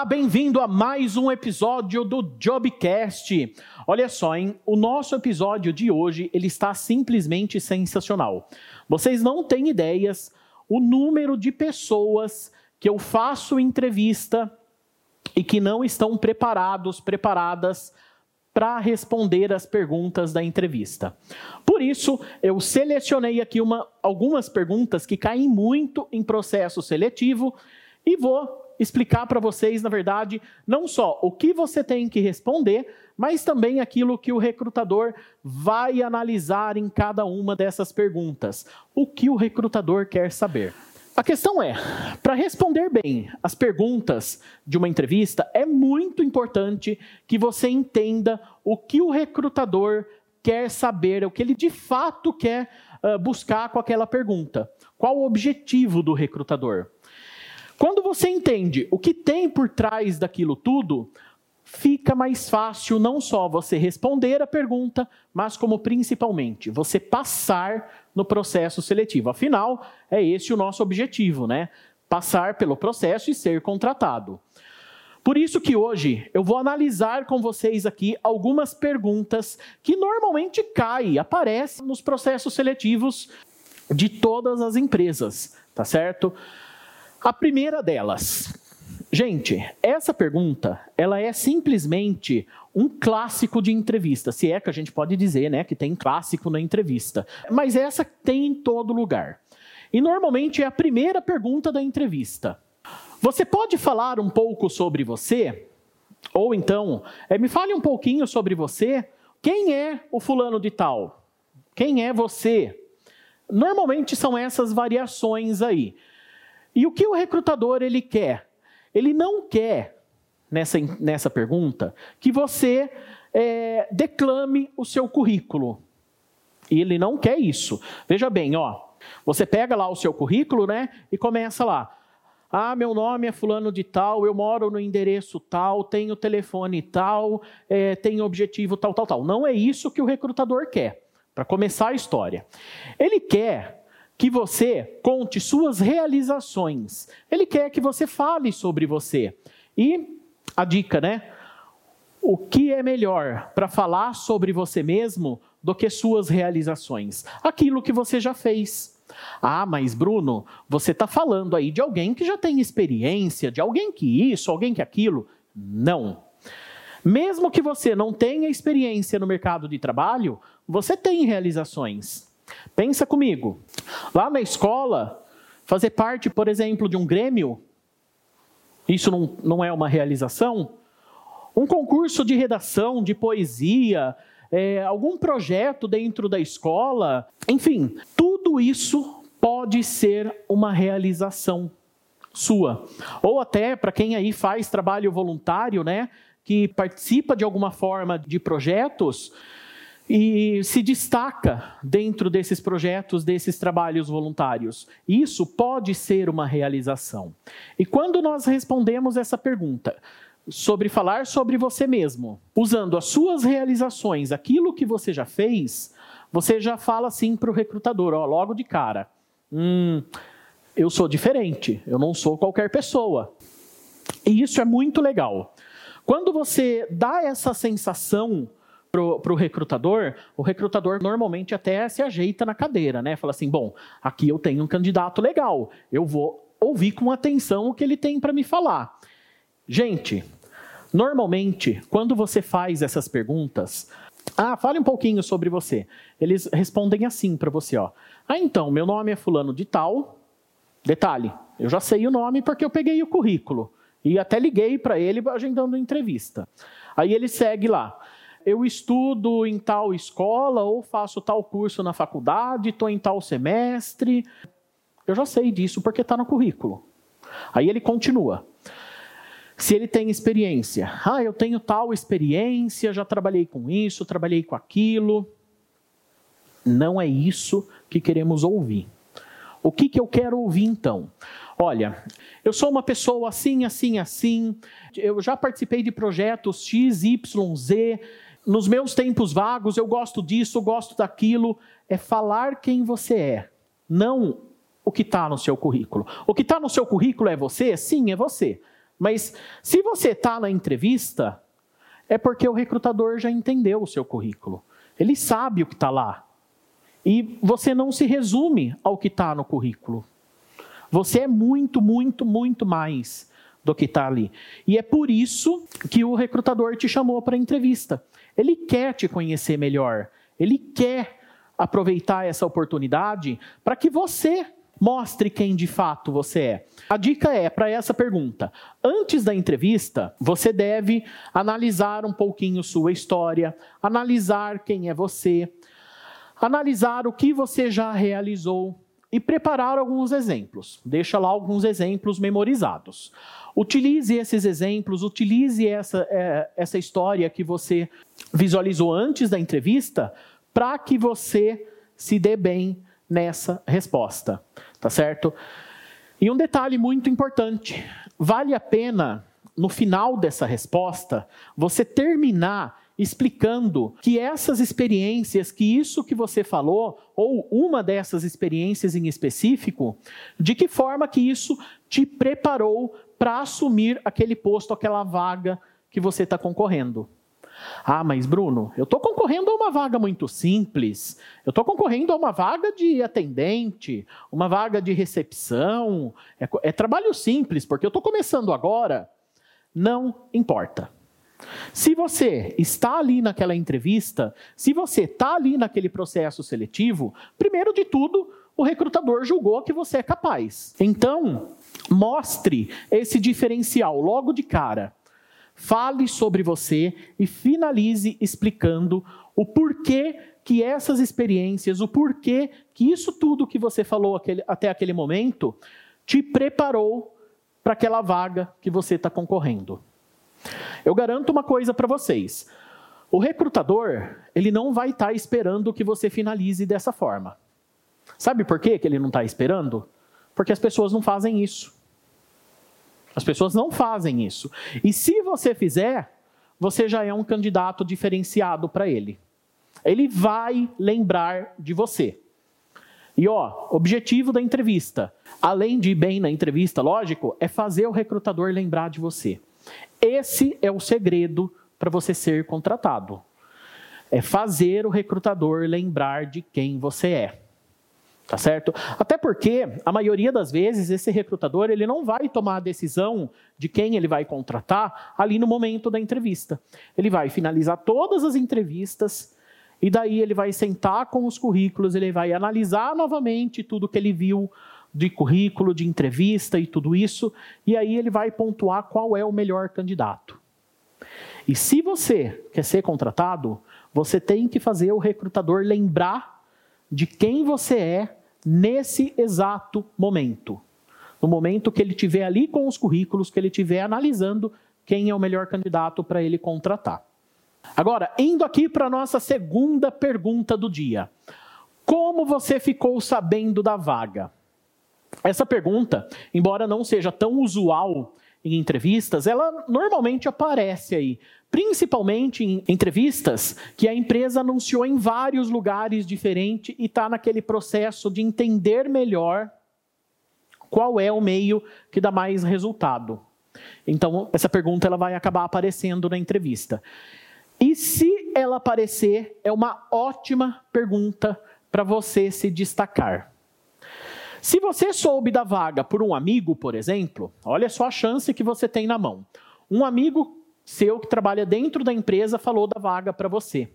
Olá, bem-vindo a mais um episódio do Jobcast. Olha só, hein? O nosso episódio de hoje, ele está simplesmente sensacional. Vocês não têm ideias o número de pessoas que eu faço entrevista e que não estão preparadas para responder as perguntas da entrevista. Por isso, eu selecionei aqui algumas perguntas que caem muito em processo seletivo e vou explicar para vocês, na verdade, não só o que você tem que responder, mas também aquilo que o recrutador vai analisar em cada uma dessas perguntas. O que o recrutador quer saber? A questão é, para responder bem as perguntas de uma entrevista, é muito importante que você entenda o que o recrutador quer saber, o que ele de fato quer buscar com aquela pergunta. Qual o objetivo do recrutador? Quando você entende o que tem por trás daquilo tudo, fica mais fácil não só você responder a pergunta, mas como principalmente você passar no processo seletivo. Afinal, é esse o nosso objetivo, né? Passar pelo processo e ser contratado. Por isso que hoje eu vou analisar com vocês aqui algumas perguntas que normalmente aparecem nos processos seletivos de todas as empresas, tá certo? A primeira delas, gente, essa pergunta, ela é simplesmente um clássico de entrevista, se é que a gente pode dizer, né, que tem clássico na entrevista. Mas essa tem em todo lugar. E normalmente é a primeira pergunta da entrevista. Você pode falar um pouco sobre você? Ou então, me fale um pouquinho sobre você. Quem é o fulano de tal? Quem é você? Normalmente são essas variações aí. E o que o recrutador ele quer? Ele não quer, nessa pergunta, que você declame o seu currículo. E ele não quer isso. Veja bem, você pega lá o seu currículo, né, e começa lá. Ah, meu nome é fulano de tal, eu moro no endereço tal, tenho telefone tal, tenho objetivo tal, tal, tal. Não é isso que o recrutador quer, para começar a história. Ele quer que você conte suas realizações. Ele quer que você fale sobre você. E a dica, né? O que é melhor para falar sobre você mesmo do que suas realizações? Aquilo que você já fez. Ah, mas Bruno, você está falando aí de alguém que já tem experiência, de alguém que isso, alguém que aquilo. Não. Mesmo que você não tenha experiência no mercado de trabalho, você tem realizações. Pensa comigo, lá na escola, fazer parte, por exemplo, de um grêmio, isso não é uma realização? Um concurso de redação, de poesia, algum projeto dentro da escola, enfim, tudo isso pode ser uma realização sua. Ou até, para quem aí faz trabalho voluntário, né, que participa de alguma forma de projetos, e se destaca dentro desses projetos, desses trabalhos voluntários. Isso pode ser uma realização. E quando nós respondemos essa pergunta, sobre falar sobre você mesmo, usando as suas realizações, aquilo que você já fez, você já fala assim para o recrutador, logo de cara, eu sou diferente, eu não sou qualquer pessoa. E isso é muito legal. Quando você dá essa sensação para o recrutador normalmente até se ajeita na cadeira, né? Fala assim, bom, aqui eu tenho um candidato legal, eu vou ouvir com atenção o que ele tem para me falar. Gente, normalmente, quando você faz essas perguntas, fale um pouquinho sobre você. Eles respondem assim para você, então, meu nome é fulano de tal, detalhe, eu já sei o nome porque eu peguei o currículo e até liguei para ele agendando entrevista. Aí ele segue lá. Eu estudo em tal escola ou faço tal curso na faculdade, estou em tal semestre. Eu já sei disso porque está no currículo. Aí ele continua. Se ele tem experiência. Eu tenho tal experiência, já trabalhei com isso, trabalhei com aquilo. Não é isso que queremos ouvir. O que eu quero ouvir então? Olha, eu sou uma pessoa assim, assim, assim. Eu já participei de projetos X, Y, Z. Nos meus tempos vagos, eu gosto disso, eu gosto daquilo. É falar quem você é, não o que está no seu currículo. O que está no seu currículo é você? Sim, é você. Mas se você está na entrevista, é porque o recrutador já entendeu o seu currículo. Ele sabe o que está lá. E você não se resume ao que está no currículo. Você é muito, muito, muito mais do que está ali. E é por isso que o recrutador te chamou para a entrevista. Ele quer te conhecer melhor. Ele quer aproveitar essa oportunidade para que você mostre quem de fato você é. A dica é, para essa pergunta, antes da entrevista, você deve analisar um pouquinho sua história, analisar quem é você, analisar o que você já realizou e preparar alguns exemplos. Deixa lá alguns exemplos memorizados. Utilize esses exemplos, utilize essa história que você visualizou antes da entrevista para que você se dê bem nessa resposta, tá certo? E um detalhe muito importante, vale a pena, no final dessa resposta, você terminar explicando que essas experiências, que isso que você falou, ou uma dessas experiências em específico, de que forma que isso te preparou para assumir aquele posto, aquela vaga que você está concorrendo. Ah, mas Bruno, eu estou concorrendo a uma vaga muito simples, eu estou concorrendo a uma vaga de atendente, uma vaga de recepção, é trabalho simples, porque eu estou começando agora. Não importa. Se você está ali naquela entrevista, se você está ali naquele processo seletivo, primeiro de tudo, o recrutador julgou que você é capaz. Então, mostre esse diferencial logo de cara. Fale sobre você e finalize explicando o porquê que essas experiências, o porquê que isso tudo que você falou até aquele momento te preparou para aquela vaga que você está concorrendo. Eu garanto uma coisa para vocês. O recrutador, ele não vai estar esperando que você finalize dessa forma. Sabe por quê que ele não está esperando? Porque as pessoas não fazem isso. As pessoas não fazem isso. E se você fizer, você já é um candidato diferenciado para ele. Ele vai lembrar de você. E objetivo da entrevista, além de ir bem na entrevista, lógico, é fazer o recrutador lembrar de você. Esse é o segredo para você ser contratado. É fazer o recrutador lembrar de quem você é. Tá certo? Até porque, a maioria das vezes, esse recrutador ele não vai tomar a decisão de quem ele vai contratar ali no momento da entrevista. Ele vai finalizar todas as entrevistas e daí ele vai sentar com os currículos, ele vai analisar novamente tudo que ele viu de currículo, de entrevista e tudo isso, e aí ele vai pontuar qual é o melhor candidato. E se você quer ser contratado, você tem que fazer o recrutador lembrar de quem você é nesse exato momento. No momento que ele estiver ali com os currículos, que ele estiver analisando quem é o melhor candidato para ele contratar. Agora, indo aqui para a nossa segunda pergunta do dia. Como você ficou sabendo da vaga? Essa pergunta, embora não seja tão usual em entrevistas, ela normalmente aparece aí, principalmente em entrevistas que a empresa anunciou em vários lugares diferentes e está naquele processo de entender melhor qual é o meio que dá mais resultado. Então, essa pergunta ela vai acabar aparecendo na entrevista. E se ela aparecer, é uma ótima pergunta para você se destacar. Se você soube da vaga por um amigo, por exemplo, olha só a chance que você tem na mão. Um amigo seu que trabalha dentro da empresa falou da vaga para você.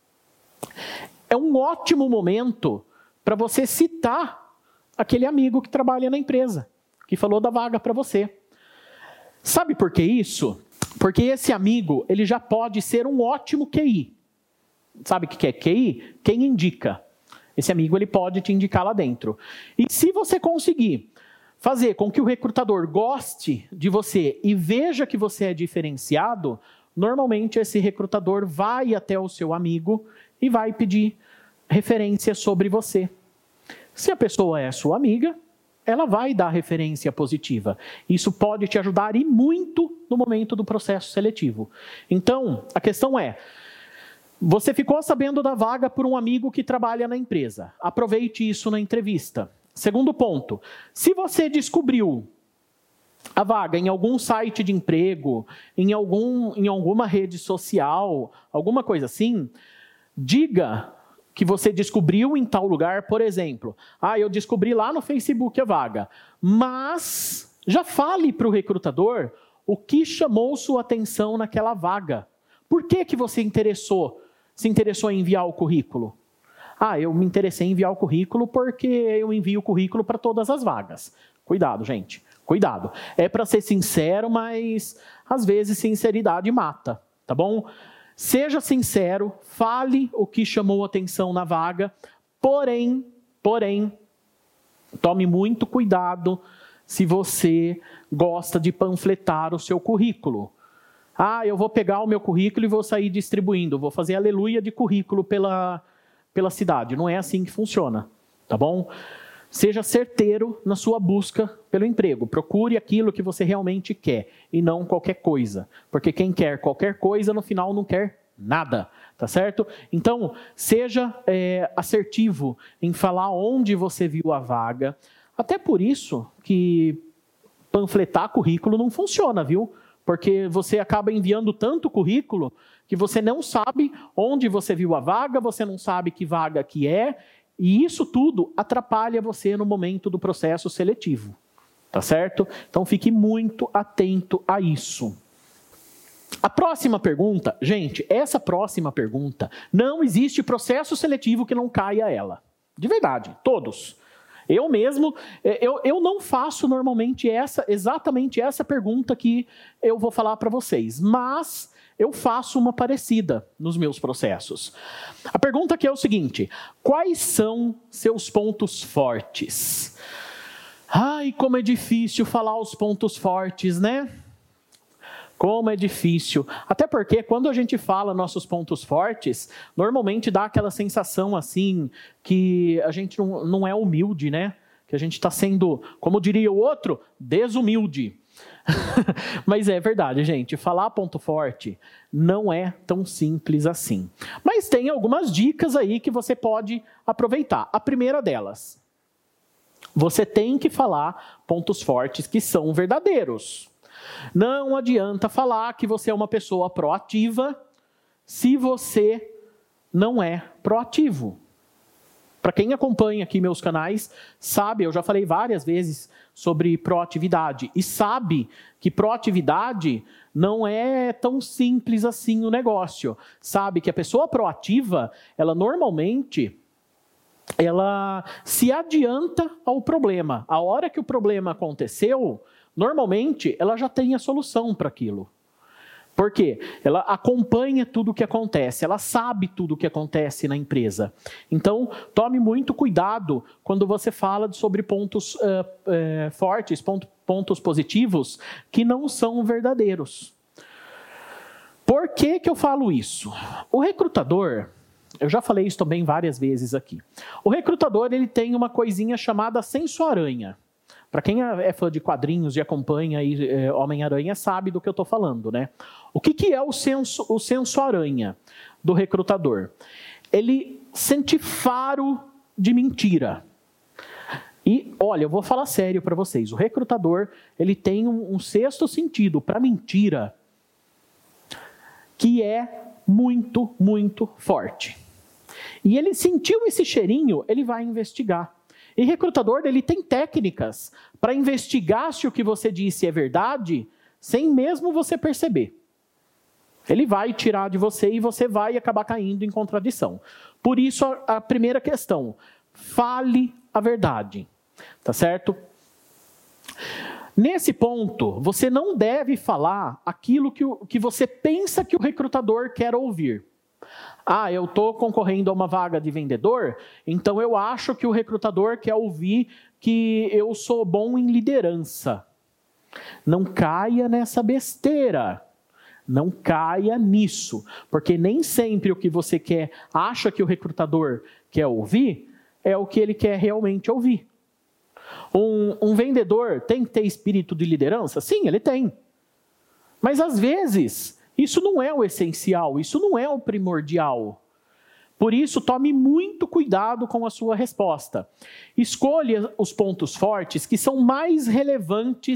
É um ótimo momento para você citar aquele amigo que trabalha na empresa, que falou da vaga para você. Sabe por que isso? Porque esse amigo, ele já pode ser um ótimo QI. Sabe o que é QI? Quem indica. Esse amigo ele pode te indicar lá dentro. E se você conseguir fazer com que o recrutador goste de você e veja que você é diferenciado, normalmente esse recrutador vai até o seu amigo e vai pedir referência sobre você. Se a pessoa é sua amiga, ela vai dar referência positiva. Isso pode te ajudar e muito no momento do processo seletivo. Então, a questão é, você ficou sabendo da vaga por um amigo que trabalha na empresa. Aproveite isso na entrevista. Segundo ponto, se você descobriu a vaga em algum site de emprego, em alguma rede social, alguma coisa assim, diga que você descobriu em tal lugar, por exemplo. Eu descobri lá no Facebook a vaga. Mas já fale para o recrutador o que chamou sua atenção naquela vaga. Por que você se interessou em enviar o currículo? Eu me interessei em enviar o currículo porque eu envio o currículo para todas as vagas. Cuidado, gente. Cuidado. É para ser sincero, mas às vezes sinceridade mata, tá bom? Seja sincero, fale o que chamou atenção na vaga, porém, tome muito cuidado se você gosta de panfletar o seu currículo. Eu vou pegar o meu currículo e vou sair distribuindo, vou fazer aleluia de currículo pela cidade. Não é assim que funciona, tá bom? Seja certeiro na sua busca pelo emprego. Procure aquilo que você realmente quer e não qualquer coisa. Porque quem quer qualquer coisa, no final não quer nada, tá certo? Então, seja assertivo em falar onde você viu a vaga. Até por isso que panfletar currículo não funciona, viu? Porque você acaba enviando tanto currículo que você não sabe onde você viu a vaga, você não sabe que vaga que é, e isso tudo atrapalha você no momento do processo seletivo, tá certo? Então fique muito atento a isso. A próxima pergunta, gente, essa próxima pergunta, não existe processo seletivo que não caia ela. De verdade, todos. Eu mesmo, eu não faço normalmente exatamente essa pergunta que eu vou falar para vocês, mas eu faço uma parecida nos meus processos. A pergunta aqui é o seguinte: quais são seus pontos fortes? Como é difícil falar os pontos fortes, né? Como é difícil. Até porque quando a gente fala nossos pontos fortes, normalmente dá aquela sensação assim, que a gente não é humilde, né? Que a gente está sendo, como diria o outro, desumilde. Mas é verdade, gente. Falar ponto forte não é tão simples assim. Mas tem algumas dicas aí que você pode aproveitar. A primeira delas, você tem que falar pontos fortes que são verdadeiros. Não adianta falar que você é uma pessoa proativa se você não é proativo. Para quem acompanha aqui meus canais, sabe, eu já falei várias vezes sobre proatividade. E sabe que proatividade não é tão simples assim o negócio. Sabe que a pessoa proativa, ela normalmente se adianta ao problema. A hora que o problema aconteceu, normalmente ela já tem a solução para aquilo. Por quê? Ela acompanha tudo o que acontece, ela sabe tudo o que acontece na empresa. Então, tome muito cuidado quando você fala sobre pontos fortes, pontos positivos, que não são verdadeiros. Por que eu falo isso? O recrutador, eu já falei isso também várias vezes aqui. O recrutador, ele tem uma coisinha chamada senso-aranha. Para quem é fã de quadrinhos e acompanha aí, Homem-Aranha, sabe do que eu estou falando, né? O que é o senso-aranha do recrutador? Ele sente faro de mentira. E, olha, eu vou falar sério para vocês. O recrutador, ele tem um sexto sentido para mentira que é muito, muito forte. E ele sentiu esse cheirinho, ele vai investigar. E recrutador, ele tem técnicas para investigar se o que você disse é verdade, sem mesmo você perceber. Ele vai tirar de você e você vai acabar caindo em contradição. Por isso, a primeira questão, fale a verdade, tá certo? Nesse ponto, você não deve falar aquilo que você pensa que o recrutador quer ouvir. Eu estou concorrendo a uma vaga de vendedor, então eu acho que o recrutador quer ouvir que eu sou bom em liderança. Não caia nessa besteira. Não caia nisso. Porque nem sempre o que você acha que o recrutador quer ouvir, é o que ele quer realmente ouvir. Um vendedor tem que ter espírito de liderança? Sim, ele tem. Mas às vezes isso não é o essencial, isso não é o primordial. Por isso, tome muito cuidado com a sua resposta. Escolha os pontos fortes que são mais relevantes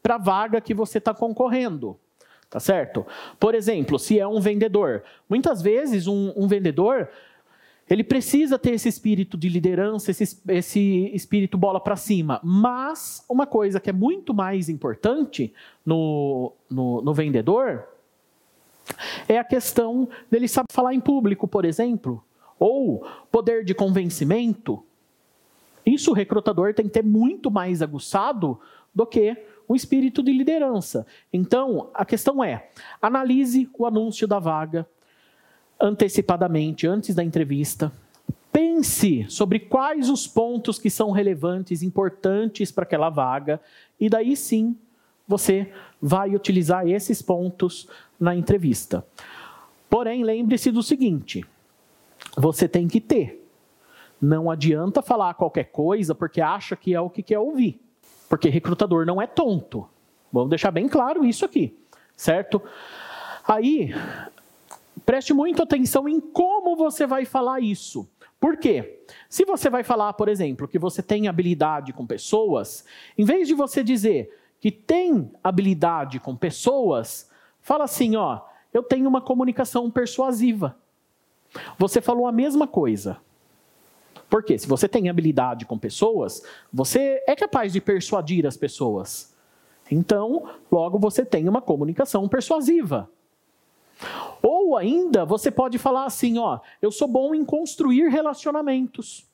para a vaga que você está concorrendo. Tá certo? Por exemplo, se é um vendedor. Muitas vezes um vendedor, ele precisa ter esse espírito de liderança, esse espírito bola para cima. Mas uma coisa que é muito mais importante no vendedor é a questão dele saber falar em público, por exemplo. Ou poder de convencimento. Isso o recrutador tem que ter muito mais aguçado do que um espírito de liderança. Então, a questão é, analise o anúncio da vaga antecipadamente, antes da entrevista. Pense sobre quais os pontos que são relevantes, importantes para aquela vaga, e daí sim, você vai utilizar esses pontos na entrevista. Porém, lembre-se do seguinte, você tem que ter. Não adianta falar qualquer coisa porque acha que é o que quer ouvir. Porque recrutador não é tonto. Vamos deixar bem claro isso aqui, certo? Aí, preste muita atenção em como você vai falar isso. Por quê? Se você vai falar, por exemplo, que você tem habilidade com pessoas, em vez de você dizer que tem habilidade com pessoas, fala assim, ó, eu tenho uma comunicação persuasiva. Você falou a mesma coisa. Porque se você tem habilidade com pessoas, você é capaz de persuadir as pessoas. Então, logo você tem uma comunicação persuasiva. Ou ainda, você pode falar assim, ó, eu sou bom em construir relacionamentos.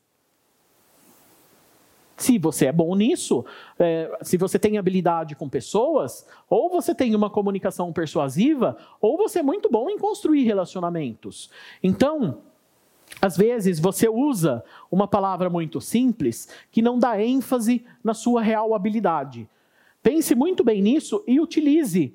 Se você é bom nisso, se você tem habilidade com pessoas, ou você tem uma comunicação persuasiva, ou você é muito bom em construir relacionamentos. Então, às vezes, você usa uma palavra muito simples que não dá ênfase na sua real habilidade. Pense muito bem nisso e utilize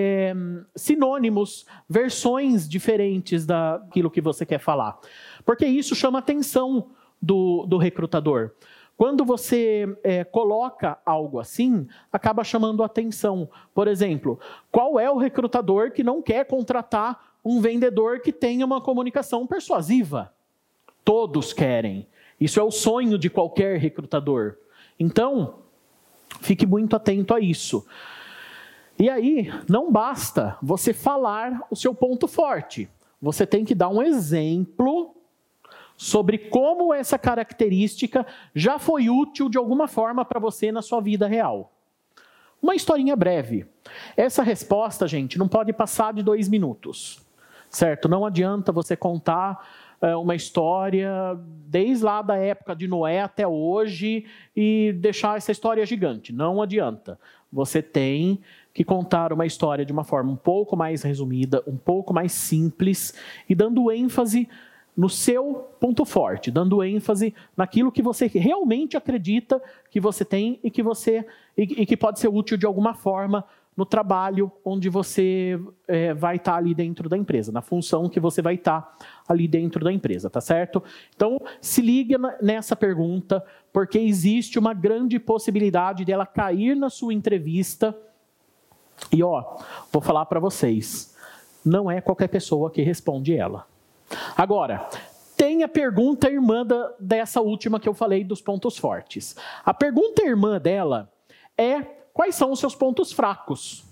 sinônimos, versões diferentes daquilo que você quer falar. Porque isso chama a atenção do recrutador. Quando você coloca algo assim, acaba chamando a atenção. Por exemplo, qual é o recrutador que não quer contratar um vendedor que tenha uma comunicação persuasiva? Todos querem. Isso é o sonho de qualquer recrutador. Então, fique muito atento a isso. E aí, não basta você falar o seu ponto forte. Você tem que dar um exemplo sobre como essa característica já foi útil de alguma forma para você na sua vida real. Uma historinha breve. Essa resposta, gente, não pode passar de 2 minutos. Certo? Não adianta você contar uma história desde lá da época de Noé até hoje e deixar essa história gigante. Não adianta. Você tem que contar uma história de uma forma um pouco mais resumida, um pouco mais simples e dando ênfase no seu ponto forte, dando ênfase naquilo que você realmente acredita que você tem e que pode ser útil de alguma forma no trabalho onde você vai estar ali dentro da empresa, na função que você vai estar ali dentro da empresa, tá certo? Então, se liga nessa pergunta, porque existe uma grande possibilidade dela cair na sua entrevista. E vou falar para vocês, não é qualquer pessoa que responde ela. Agora, tem a pergunta irmã dessa última que eu falei dos pontos fortes. A pergunta irmã dela é: quais são os seus pontos fracos?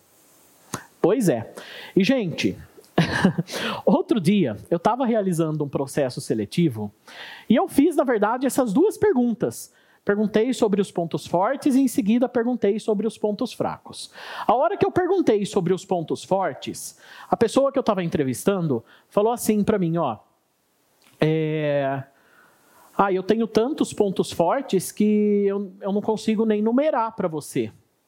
Pois é. E, gente, outro dia eu estava realizando um processo seletivo e eu fiz, na verdade, essas 2 perguntas. Perguntei sobre os pontos fortes e, em seguida, perguntei sobre os pontos fracos. A hora que eu perguntei sobre os pontos fortes, a pessoa que eu estava entrevistando falou assim para mim, eu tenho tantos pontos fortes que eu não consigo nem numerar para você.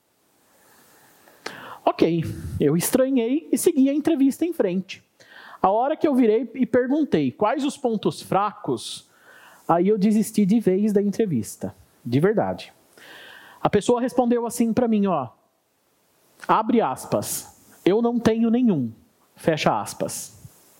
Ok, eu estranhei e segui a entrevista em frente. A hora que eu virei e perguntei quais os pontos fracos, aí eu desisti de vez da entrevista. De verdade. A pessoa respondeu assim para mim, abre aspas, eu não tenho nenhum, fecha aspas.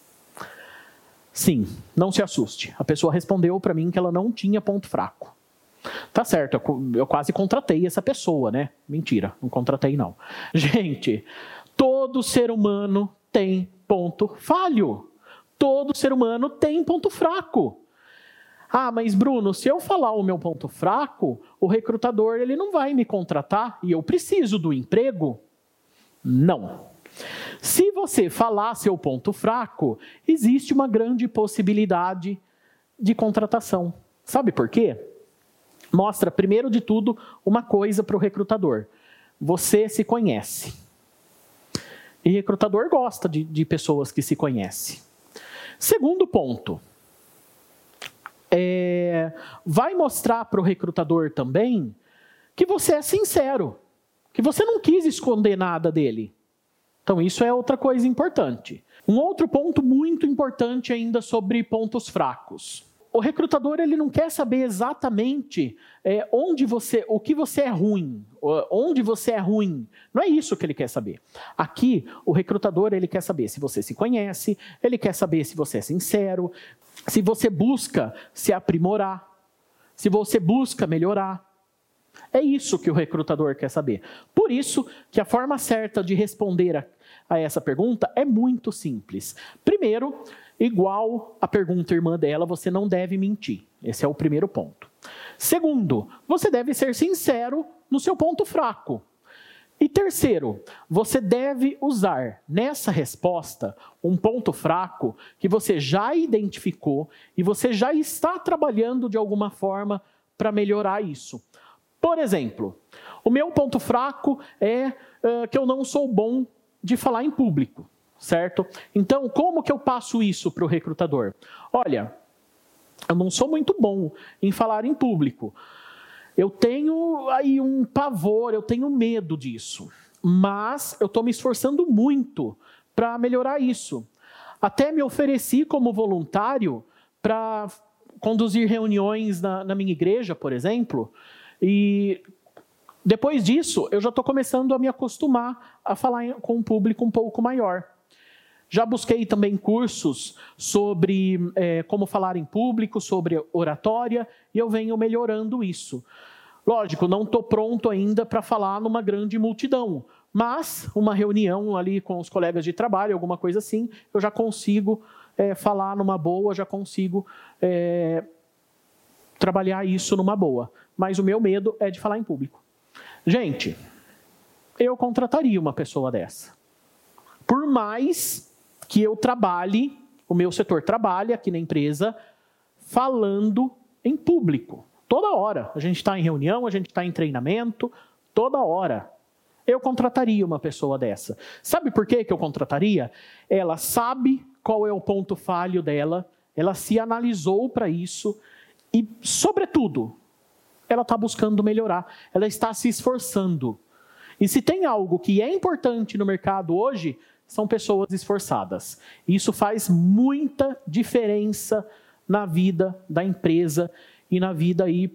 Sim, não se assuste. A pessoa respondeu para mim que ela não tinha ponto fraco. Tá certo, eu quase contratei essa pessoa, né? Mentira, não contratei não. Gente, todo ser humano tem ponto falho. Todo ser humano tem ponto fraco. Ah, mas Bruno, se eu falar o meu ponto fraco, o recrutador ele não vai me contratar e eu preciso do emprego? Não. Se você falar seu ponto fraco, existe uma grande possibilidade de contratação. Sabe por quê? Mostra, primeiro de tudo, uma coisa para o recrutador. Você se conhece. E recrutador gosta de pessoas que se conhecem. Segundo ponto, vai mostrar para o recrutador também que você é sincero, que você não quis esconder nada dele. Então, isso é outra coisa importante. Um outro ponto muito importante ainda sobre pontos fracos. O recrutador ele não quer saber exatamente o que você é ruim, onde você é ruim. Não é isso que ele quer saber. Aqui, o recrutador ele quer saber se você se conhece, ele quer saber se você é sincero, se você busca se aprimorar, se você busca melhorar. É isso que o recrutador quer saber. Por isso que a forma certa de responder a essa pergunta é muito simples. Primeiro, igual a pergunta irmã dela, você não deve mentir. Esse é o primeiro ponto. Segundo, você deve ser sincero no seu ponto fraco. E terceiro, você deve usar nessa resposta um ponto fraco que você já identificou e você já está trabalhando de alguma forma para melhorar isso. Por exemplo, o meu ponto fraco é que eu não sou bom de falar em público, certo? Então, como que eu passo isso para o recrutador? Olha, eu não sou muito bom em falar em público. Eu tenho aí um pavor, eu tenho medo disso. Mas eu estou me esforçando muito para melhorar isso. Até me ofereci como voluntário para conduzir reuniões na minha igreja, por exemplo. E depois disso, eu já estou começando a me acostumar a falar com um público um pouco maior. Já busquei também cursos sobre como falar em público, sobre oratória, e eu venho melhorando isso. Lógico, não estou pronto ainda para falar numa grande multidão, mas uma reunião ali com os colegas de trabalho, alguma coisa assim, eu já consigo falar numa boa, já consigo trabalhar isso numa boa. Mas o meu medo é de falar em público. Gente, eu contrataria uma pessoa dessa. Por mais que eu trabalhe, o meu setor trabalhe aqui na empresa, falando em público. Toda hora. A gente está em reunião, a gente está em treinamento, toda hora. Eu contrataria uma pessoa dessa. Sabe por que eu contrataria? Ela sabe qual é o ponto falho dela, ela se analisou para isso e, sobretudo, ela está buscando melhorar, ela está se esforçando. E se tem algo que é importante no mercado hoje, são pessoas esforçadas. Isso faz muita diferença na vida da empresa e na vida aí,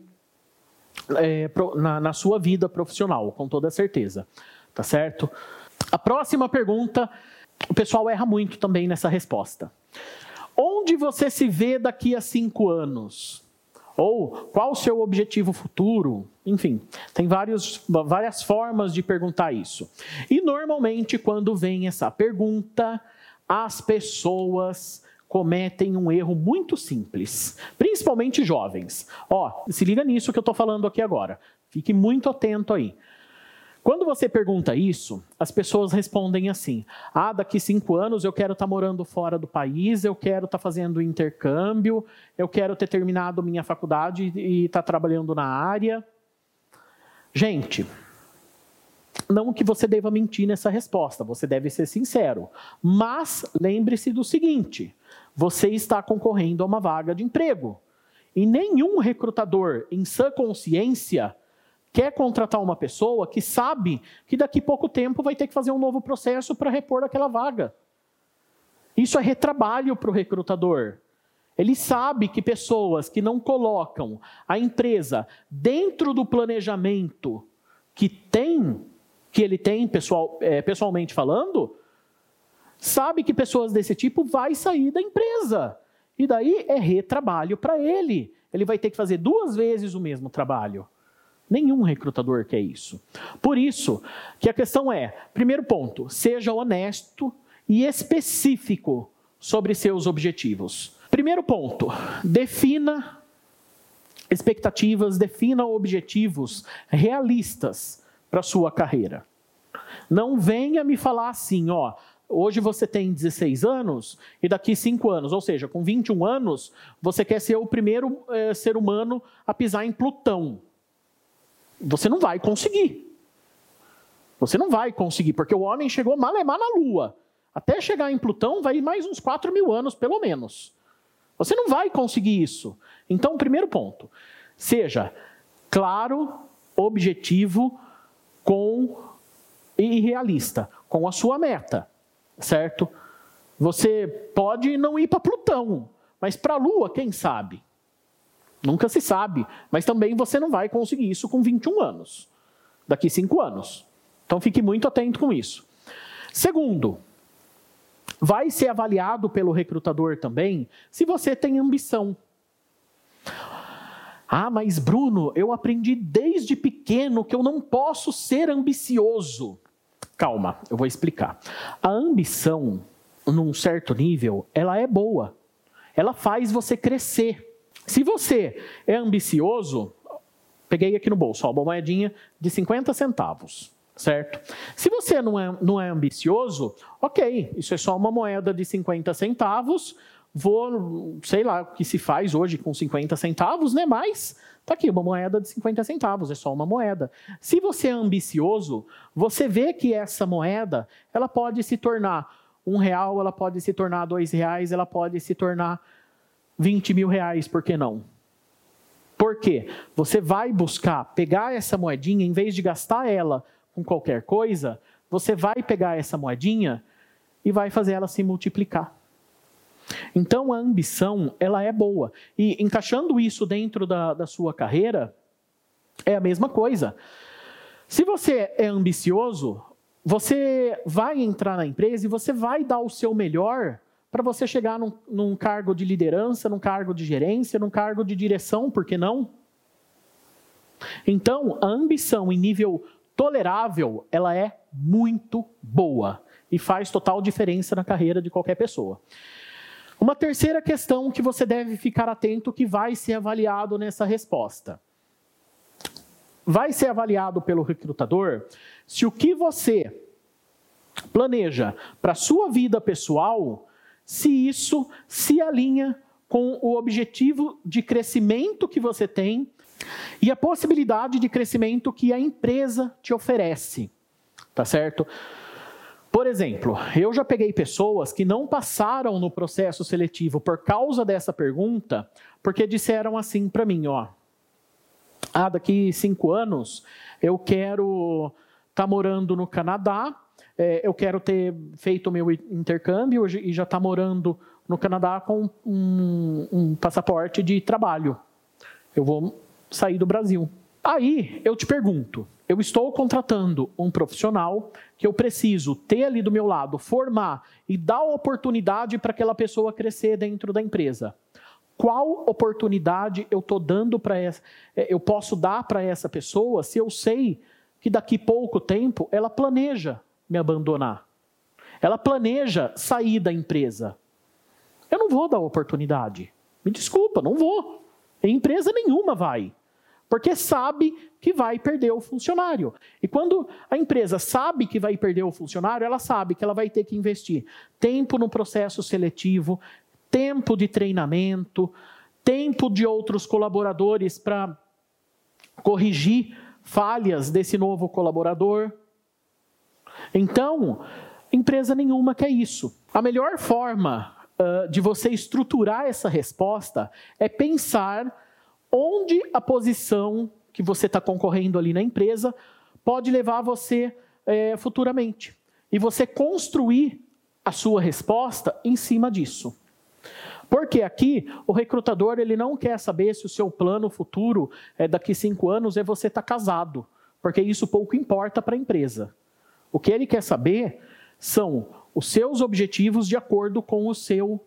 na sua vida profissional, com toda certeza. Tá certo? A próxima pergunta, o pessoal erra muito também nessa resposta. Onde você se vê daqui a 5 anos? Ou qual o seu objetivo futuro? Enfim, tem várias formas de perguntar isso. E normalmente, quando vem essa pergunta, as pessoas cometem um erro muito simples, principalmente jovens. Se liga nisso que eu estou falando aqui agora. Fique muito atento aí. Quando você pergunta isso, as pessoas respondem assim: daqui 5 anos eu quero estar morando fora do país, eu quero estar fazendo intercâmbio, eu quero ter terminado minha faculdade e estar trabalhando na área. Gente, não que você deva mentir nessa resposta, você deve ser sincero. Mas lembre-se do seguinte: você está concorrendo a uma vaga de emprego. E nenhum recrutador em sã consciência quer contratar uma pessoa que sabe que daqui a pouco tempo vai ter que fazer um novo processo para repor aquela vaga. Isso é retrabalho para o recrutador. Ele sabe que pessoas que não colocam a empresa dentro do planejamento que ele tem, pessoalmente falando, sabe que pessoas desse tipo vai sair da empresa. E daí é retrabalho para ele. Ele vai ter que fazer 2 vezes o mesmo trabalho. Nenhum recrutador quer isso. Por isso que a questão é, primeiro ponto, seja honesto e específico sobre seus objetivos. Primeiro ponto, defina expectativas, defina objetivos realistas para a sua carreira. Não venha me falar assim, ó, hoje você tem 16 anos e daqui 5 anos, ou seja, com 21 anos, você quer ser o primeiro ser humano a pisar em Plutão. Você não vai conseguir. Você não vai conseguir, porque o homem chegou malemar na Lua. Até chegar em Plutão vai mais uns 4.000 anos, pelo menos. Você não vai conseguir isso. Então, primeiro ponto, seja claro, objetivo e realista, com a sua meta, certo? Você pode não ir para Plutão, mas para a Lua, quem sabe? Nunca se sabe, mas também você não vai conseguir isso com 21 anos, daqui 5 anos. Então, fique muito atento com isso. Segundo, vai ser avaliado pelo recrutador também se você tem ambição. Ah, mas Bruno, eu aprendi desde pequeno que eu não posso ser ambicioso. Calma, eu vou explicar. A ambição, num certo nível, ela é boa. Ela faz você crescer. Se você é ambicioso, peguei aqui no bolso, ó, uma moedinha de 50 centavos. Certo? Se você não é ambicioso, ok, isso é só uma moeda de 50 centavos, sei lá o que se faz hoje com 50 centavos, né? Mas tá aqui, uma moeda de 50 centavos, é só uma moeda. Se você é ambicioso, você vê que essa moeda, ela pode se tornar R$1, ela pode se tornar R$2, ela pode se tornar 20 mil reais, por que não? Por quê? Você vai buscar pegar essa moedinha, em vez de gastar ela com qualquer coisa, você vai pegar essa moedinha e vai fazer ela se multiplicar. Então, a ambição, ela é boa. E encaixando isso dentro da sua carreira, é a mesma coisa. Se você é ambicioso, você vai entrar na empresa e você vai dar o seu melhor para você chegar num cargo de liderança, num cargo de gerência, num cargo de direção, por que não? Então, a ambição em nível tolerável, ela é muito boa e faz total diferença na carreira de qualquer pessoa. Uma terceira questão que você deve ficar atento, que vai ser avaliado nessa resposta. Vai ser avaliado pelo recrutador se o que você planeja para a sua vida pessoal, se isso se alinha com o objetivo de crescimento que você tem e a possibilidade de crescimento que a empresa te oferece, tá certo? Por exemplo, eu já peguei pessoas que não passaram no processo seletivo por causa dessa pergunta, porque disseram assim para mim, ó, daqui 5 anos eu quero estar morando no Canadá, eu quero ter feito o meu intercâmbio e já estar morando no Canadá com um passaporte de trabalho. Eu vou sair do Brasil. Aí, eu te pergunto, eu estou contratando um profissional que eu preciso ter ali do meu lado, formar e dar oportunidade para aquela pessoa crescer dentro da empresa. Qual oportunidade eu estou dando eu posso dar para essa pessoa se eu sei que daqui pouco tempo ela planeja me abandonar? Ela planeja sair da empresa. Eu não vou dar oportunidade. Me desculpa, não vou. Em empresa nenhuma vai. Porque sabe que vai perder o funcionário. E quando a empresa sabe que vai perder o funcionário, ela sabe que ela vai ter que investir tempo no processo seletivo, tempo de treinamento, tempo de outros colaboradores para corrigir falhas desse novo colaborador. Então, empresa nenhuma quer isso. A melhor forma de você estruturar essa resposta é pensar onde a posição que você está concorrendo ali na empresa pode levar você futuramente. E você construir a sua resposta em cima disso. Porque aqui o recrutador ele não quer saber se o seu plano futuro daqui 5 anos é você estar casado. Porque isso pouco importa para a empresa. O que ele quer saber são os seus objetivos de acordo com o seu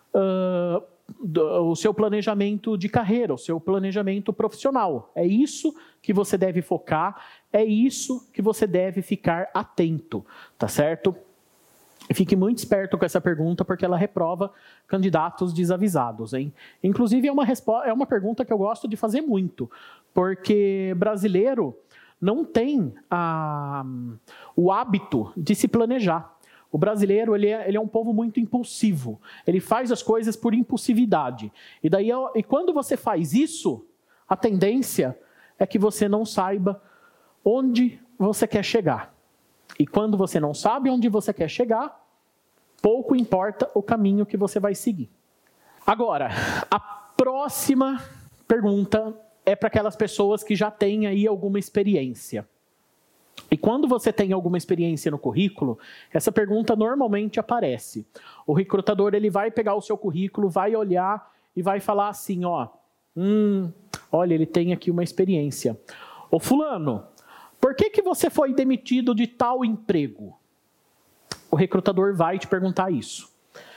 planejamento de carreira, o seu planejamento profissional. É isso que você deve focar, é isso que você deve ficar atento, tá certo? Fique muito esperto com essa pergunta, porque ela reprova candidatos desavisados, hein? Inclusive, é uma pergunta que eu gosto de fazer muito, porque brasileiro não tem o hábito de se planejar. O brasileiro ele é um povo muito impulsivo. Ele faz as coisas por impulsividade. E quando você faz isso, a tendência é que você não saiba onde você quer chegar. E quando você não sabe onde você quer chegar, pouco importa o caminho que você vai seguir. Agora, a próxima pergunta é para aquelas pessoas que já têm aí alguma experiência. E quando você tem alguma experiência no currículo, essa pergunta normalmente aparece. O recrutador ele vai pegar o seu currículo, vai olhar e vai falar assim, olha, ele tem aqui uma experiência. Ô fulano, por que você foi demitido de tal emprego? O recrutador vai te perguntar isso.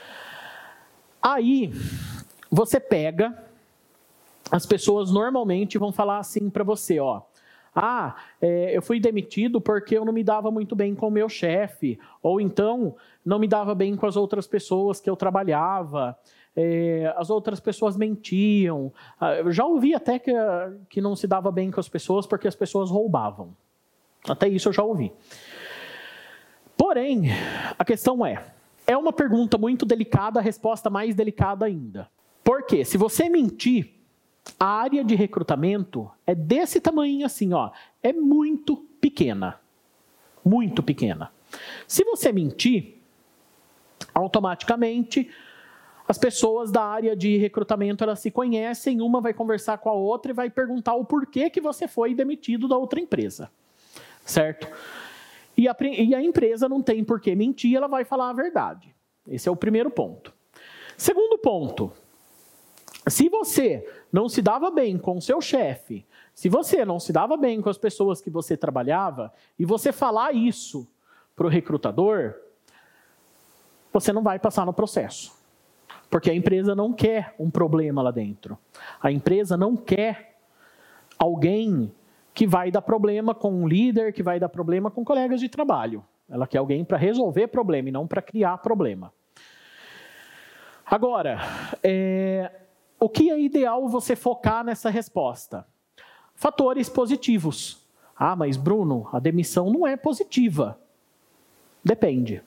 Aí, você pega, as pessoas normalmente vão falar assim para você, eu fui demitido porque eu não me dava muito bem com o meu chefe, ou então não me dava bem com as outras pessoas que eu trabalhava, as outras pessoas mentiam. Eu já ouvi até que não se dava bem com as pessoas porque as pessoas roubavam. Até isso eu já ouvi. Porém, a questão é uma pergunta muito delicada, a resposta mais delicada ainda. Porque se você mentir, a área de recrutamento é desse tamanho assim, é muito pequena. Muito pequena. Se você mentir, automaticamente as pessoas da área de recrutamento elas se conhecem, uma vai conversar com a outra e vai perguntar o porquê que você foi demitido da outra empresa. Certo? E a empresa não tem por que mentir, ela vai falar a verdade. Esse é o primeiro ponto. Segundo ponto, se você não se dava bem com o seu chefe, se você não se dava bem com as pessoas que você trabalhava, e você falar isso para o recrutador, você não vai passar no processo. Porque a empresa não quer um problema lá dentro. A empresa não quer alguém que vai dar problema com um líder, que vai dar problema com colegas de trabalho. Ela quer alguém para resolver problema e não para criar problema. Agora, o que é ideal você focar nessa resposta? Fatores positivos. Mas Bruno, a demissão não é positiva. Depende.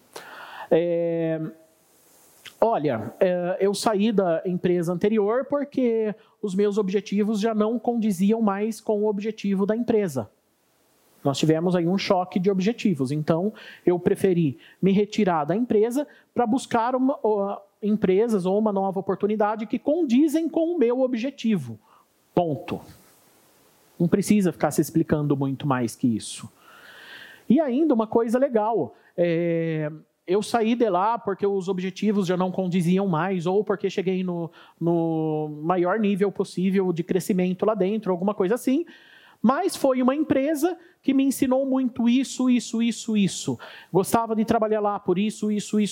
Eu saí da empresa anterior porque os meus objetivos já não condiziam mais com o objetivo da empresa. Nós tivemos aí um choque de objetivos, então eu preferi me retirar da empresa para buscar empresas ou uma nova oportunidade que condizem com o meu objetivo. Ponto. Não precisa ficar se explicando muito mais que isso. E ainda uma coisa legal, eu saí de lá porque os objetivos já não condiziam mais, ou porque cheguei no maior nível possível de crescimento lá dentro, alguma coisa assim. Mas foi uma empresa que me ensinou muito isso. Gostava de trabalhar lá por isso.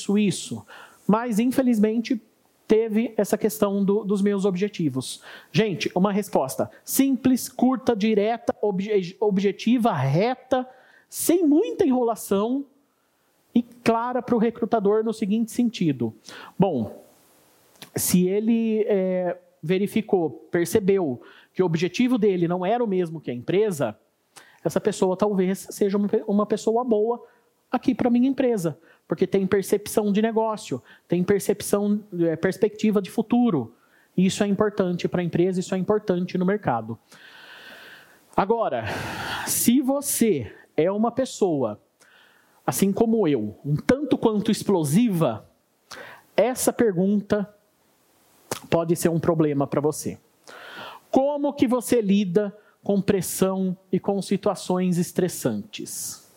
Mas, infelizmente, teve essa questão dos meus objetivos. Gente, uma resposta simples, curta, direta, objetiva, reta, sem muita enrolação, e clara para o recrutador no seguinte sentido. Bom, se ele percebeu que o objetivo dele não era o mesmo que a empresa, essa pessoa talvez seja uma pessoa boa aqui para a minha empresa, porque tem percepção de negócio, tem perspectiva de futuro. E isso é importante para a empresa, isso é importante no mercado. Agora, se você é uma pessoa assim como eu, um tanto quanto explosiva, essa pergunta pode ser um problema para você. Como que você lida com pressão e com situações estressantes?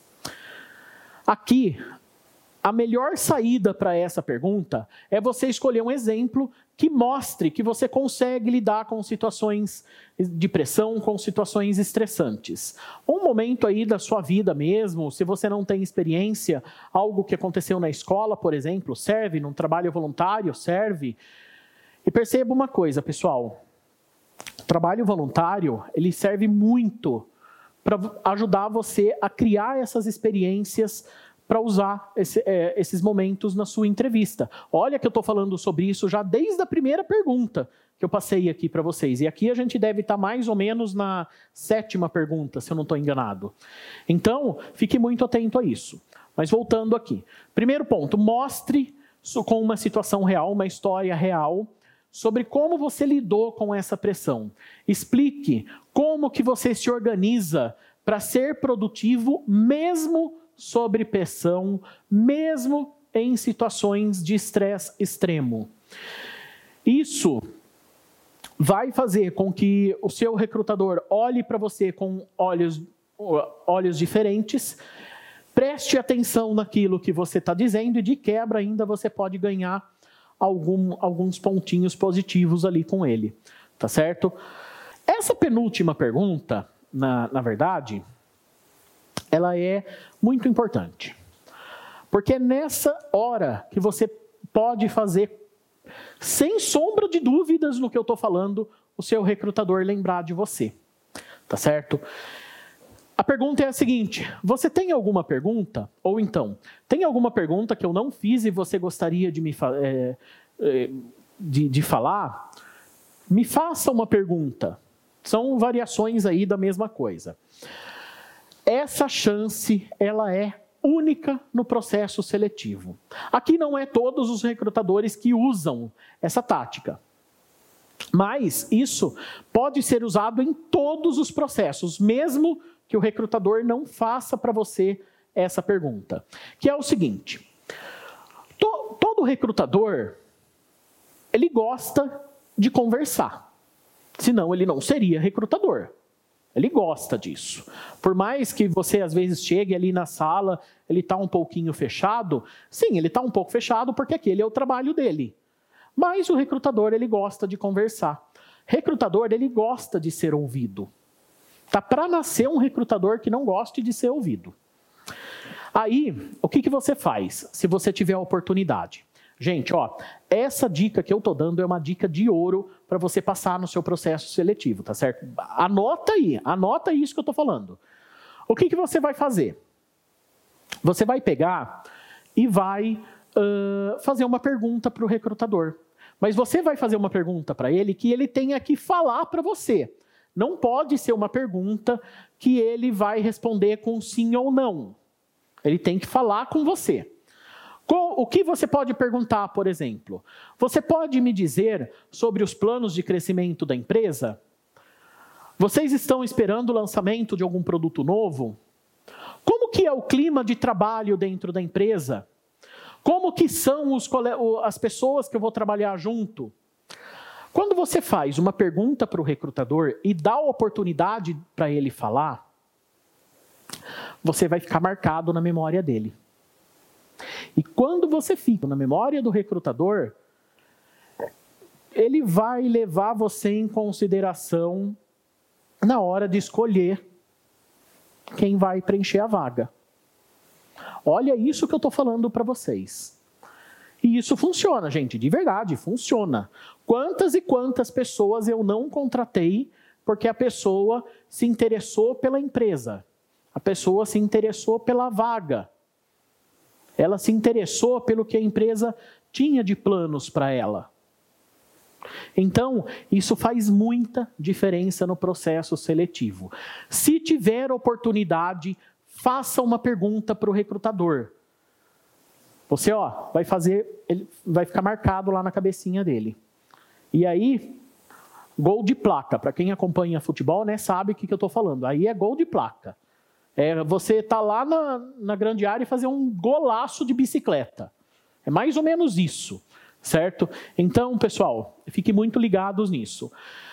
Aqui, a melhor saída para essa pergunta é você escolher um exemplo que mostre que você consegue lidar com situações de pressão, com situações estressantes. Um momento aí da sua vida mesmo, se você não tem experiência, algo que aconteceu na escola, por exemplo, serve, num trabalho voluntário, serve. E perceba uma coisa, pessoal, o trabalho voluntário, ele serve muito para ajudar você a criar essas experiências, para usar esses momentos na sua entrevista. Olha que eu estou falando sobre isso já desde a primeira pergunta que eu passei aqui para vocês. E aqui a gente deve estar mais ou menos na 7ª pergunta, se eu não estou enganado. Então, fique muito atento a isso. Mas voltando aqui. Primeiro ponto, mostre com uma situação real, uma história real, sobre como você lidou com essa pressão. Explique como que você se organiza para ser produtivo, mesmo sob pressão, mesmo em situações de estresse extremo. Isso vai fazer com que o seu recrutador olhe para você com olhos diferentes, preste atenção naquilo que você está dizendo e, de quebra, ainda você pode ganhar alguns pontinhos positivos ali com ele, tá certo? Essa penúltima pergunta, na verdade, ela é muito importante. Porque é nessa hora que você pode fazer, sem sombra de dúvidas no que eu estou falando, o seu recrutador lembrar de você, tá certo? A pergunta é a seguinte: você tem alguma pergunta? Ou então, tem alguma pergunta que eu não fiz e você gostaria de falar? Me faça uma pergunta. São variações aí da mesma coisa. Essa chance, ela é única no processo seletivo. Aqui não é todos os recrutadores que usam essa tática. Mas isso pode ser usado em todos os processos, mesmo que o recrutador não faça para você essa pergunta. Que é o seguinte: todo recrutador, ele gosta de conversar. Senão ele não seria recrutador. Ele gosta disso. Por mais que você às vezes chegue ali na sala, ele está um pouquinho fechado. Sim, ele está um pouco fechado porque aquele é o trabalho dele. Mas o recrutador, ele gosta de conversar. Recrutador, ele gosta de ser ouvido. Tá para nascer um recrutador que não goste de ser ouvido. Aí, o que você faz se você tiver a oportunidade? Gente, essa dica que eu estou dando é uma dica de ouro para você passar no seu processo seletivo, tá certo? Anota isso que eu estou falando. O que você vai fazer? Você vai pegar e vai fazer uma pergunta para o recrutador. Mas você vai fazer uma pergunta para ele que ele tenha que falar para você. Não pode ser uma pergunta que ele vai responder com sim ou não. Ele tem que falar com você. O que você pode perguntar, por exemplo? Você pode me dizer sobre os planos de crescimento da empresa? Vocês estão esperando o lançamento de algum produto novo? Como que é o clima de trabalho dentro da empresa? Como que são as pessoas que eu vou trabalhar junto? Quando você faz uma pergunta para o recrutador e dá a oportunidade para ele falar, você vai ficar marcado na memória dele. E quando você fica na memória do recrutador, ele vai levar você em consideração na hora de escolher quem vai preencher a vaga. Olha isso que eu estou falando para vocês. E isso funciona, gente, de verdade, funciona. Quantas e quantas pessoas eu não contratei porque a pessoa se interessou pela empresa, a pessoa se interessou pela vaga, ela se interessou pelo que a empresa tinha de planos para ela. Então, isso faz muita diferença no processo seletivo. Se tiver oportunidade, faça uma pergunta para o recrutador. Você, ele vai ficar marcado lá na cabecinha dele. E aí, gol de placa. Para quem acompanha futebol, né, sabe o que eu estou falando. Aí é gol de placa. Você tá lá na grande área e fazer um golaço de bicicleta. É mais ou menos isso, certo? Então, pessoal, fiquem muito ligados nisso.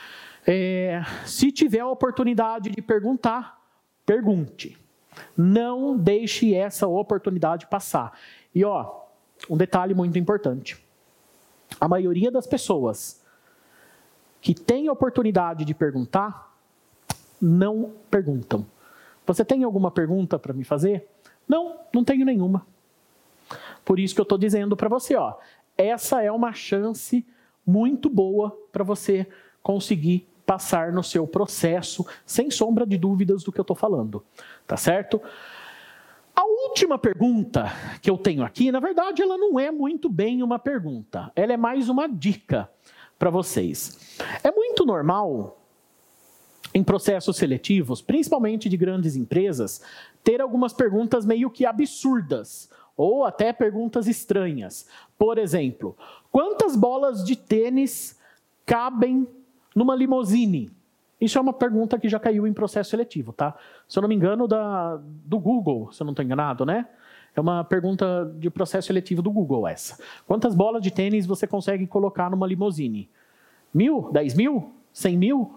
Se tiver a oportunidade de perguntar, pergunte. Não deixe essa oportunidade passar. E, um detalhe muito importante. A maioria das pessoas que tem a oportunidade de perguntar, não perguntam. Você tem alguma pergunta para me fazer? Não tenho nenhuma. Por isso que eu estou dizendo para você, essa é uma chance muito boa para você conseguir passar no seu processo, sem sombra de dúvidas do que eu estou falando. Tá certo? A última pergunta que eu tenho aqui, na verdade, ela não é muito bem uma pergunta. Ela é mais uma dica para vocês. É muito normal, em processos seletivos, principalmente de grandes empresas, ter algumas perguntas meio que absurdas, ou até perguntas estranhas. Por exemplo, quantas bolas de tênis cabem numa limusine? Isso é uma pergunta que já caiu em processo seletivo, tá? Se eu não me engano, do Google, se eu não estou enganado, né? É uma pergunta de processo seletivo do Google essa. Quantas bolas de tênis você consegue colocar numa limusine? 1.000? 10.000? 100.000?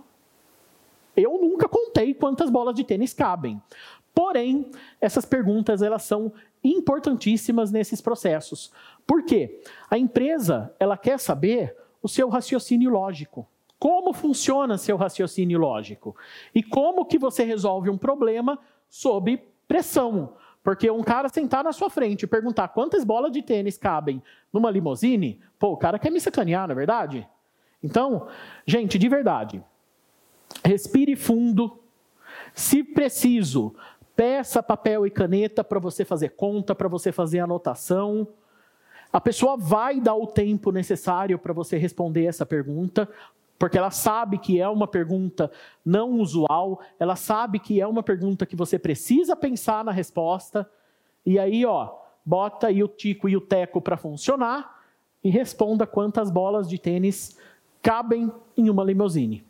Eu nunca contei quantas bolas de tênis cabem. Porém, essas perguntas elas são importantíssimas nesses processos. Por quê? A empresa ela quer saber o seu raciocínio lógico. Como funciona seu raciocínio lógico? E como que você resolve um problema sob pressão? Porque um cara sentar na sua frente e perguntar quantas bolas de tênis cabem numa limusine, o cara quer me sacanear, não é verdade? Então, gente, de verdade, respire fundo. Se preciso, peça papel e caneta para você fazer conta, para você fazer anotação. A pessoa vai dar o tempo necessário para você responder essa pergunta, porque ela sabe que é uma pergunta não usual, ela sabe que é uma pergunta que você precisa pensar na resposta, e aí, bota aí o tico e o teco para funcionar e responda quantas bolas de tênis cabem em uma limusine.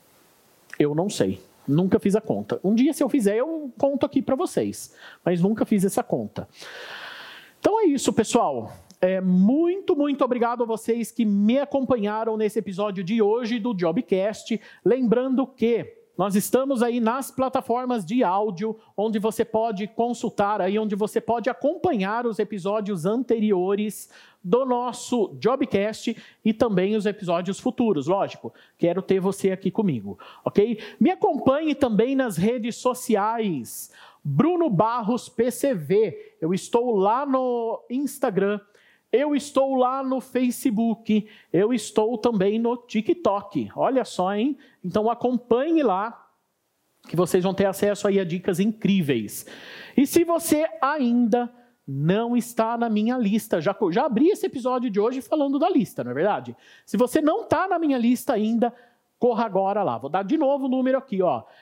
Eu não sei, nunca fiz a conta. Um dia, se eu fizer, eu conto aqui para vocês, mas nunca fiz essa conta. Então é isso, pessoal. Muito obrigado a vocês que me acompanharam nesse episódio de hoje do Jobcast. Lembrando que nós estamos aí nas plataformas de áudio, onde você pode consultar, aí, onde você pode acompanhar os episódios anteriores do nosso Jobcast e também os episódios futuros, lógico. Quero ter você aqui comigo, ok? Me acompanhe também nas redes sociais. Bruno Barros PCV. Eu estou lá no Instagram. Eu estou lá no Facebook, eu estou também no TikTok. Olha só, hein? Então acompanhe lá, que vocês vão ter acesso aí a dicas incríveis. E se você ainda não está na minha lista, já abri esse episódio de hoje falando da lista, não é verdade? Se você não está na minha lista ainda, corra agora lá. Vou dar de novo o número aqui,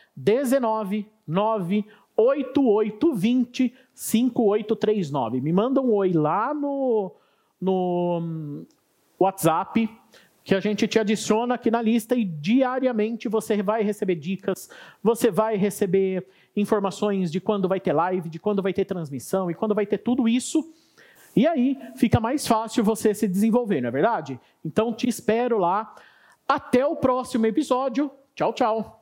19988205839. Me manda um oi lá no WhatsApp, que a gente te adiciona aqui na lista e diariamente você vai receber dicas, você vai receber informações de quando vai ter live, de quando vai ter transmissão e quando vai ter tudo isso. E aí fica mais fácil você se desenvolver, não é verdade? Então te espero lá. Até o próximo episódio. Tchau, tchau.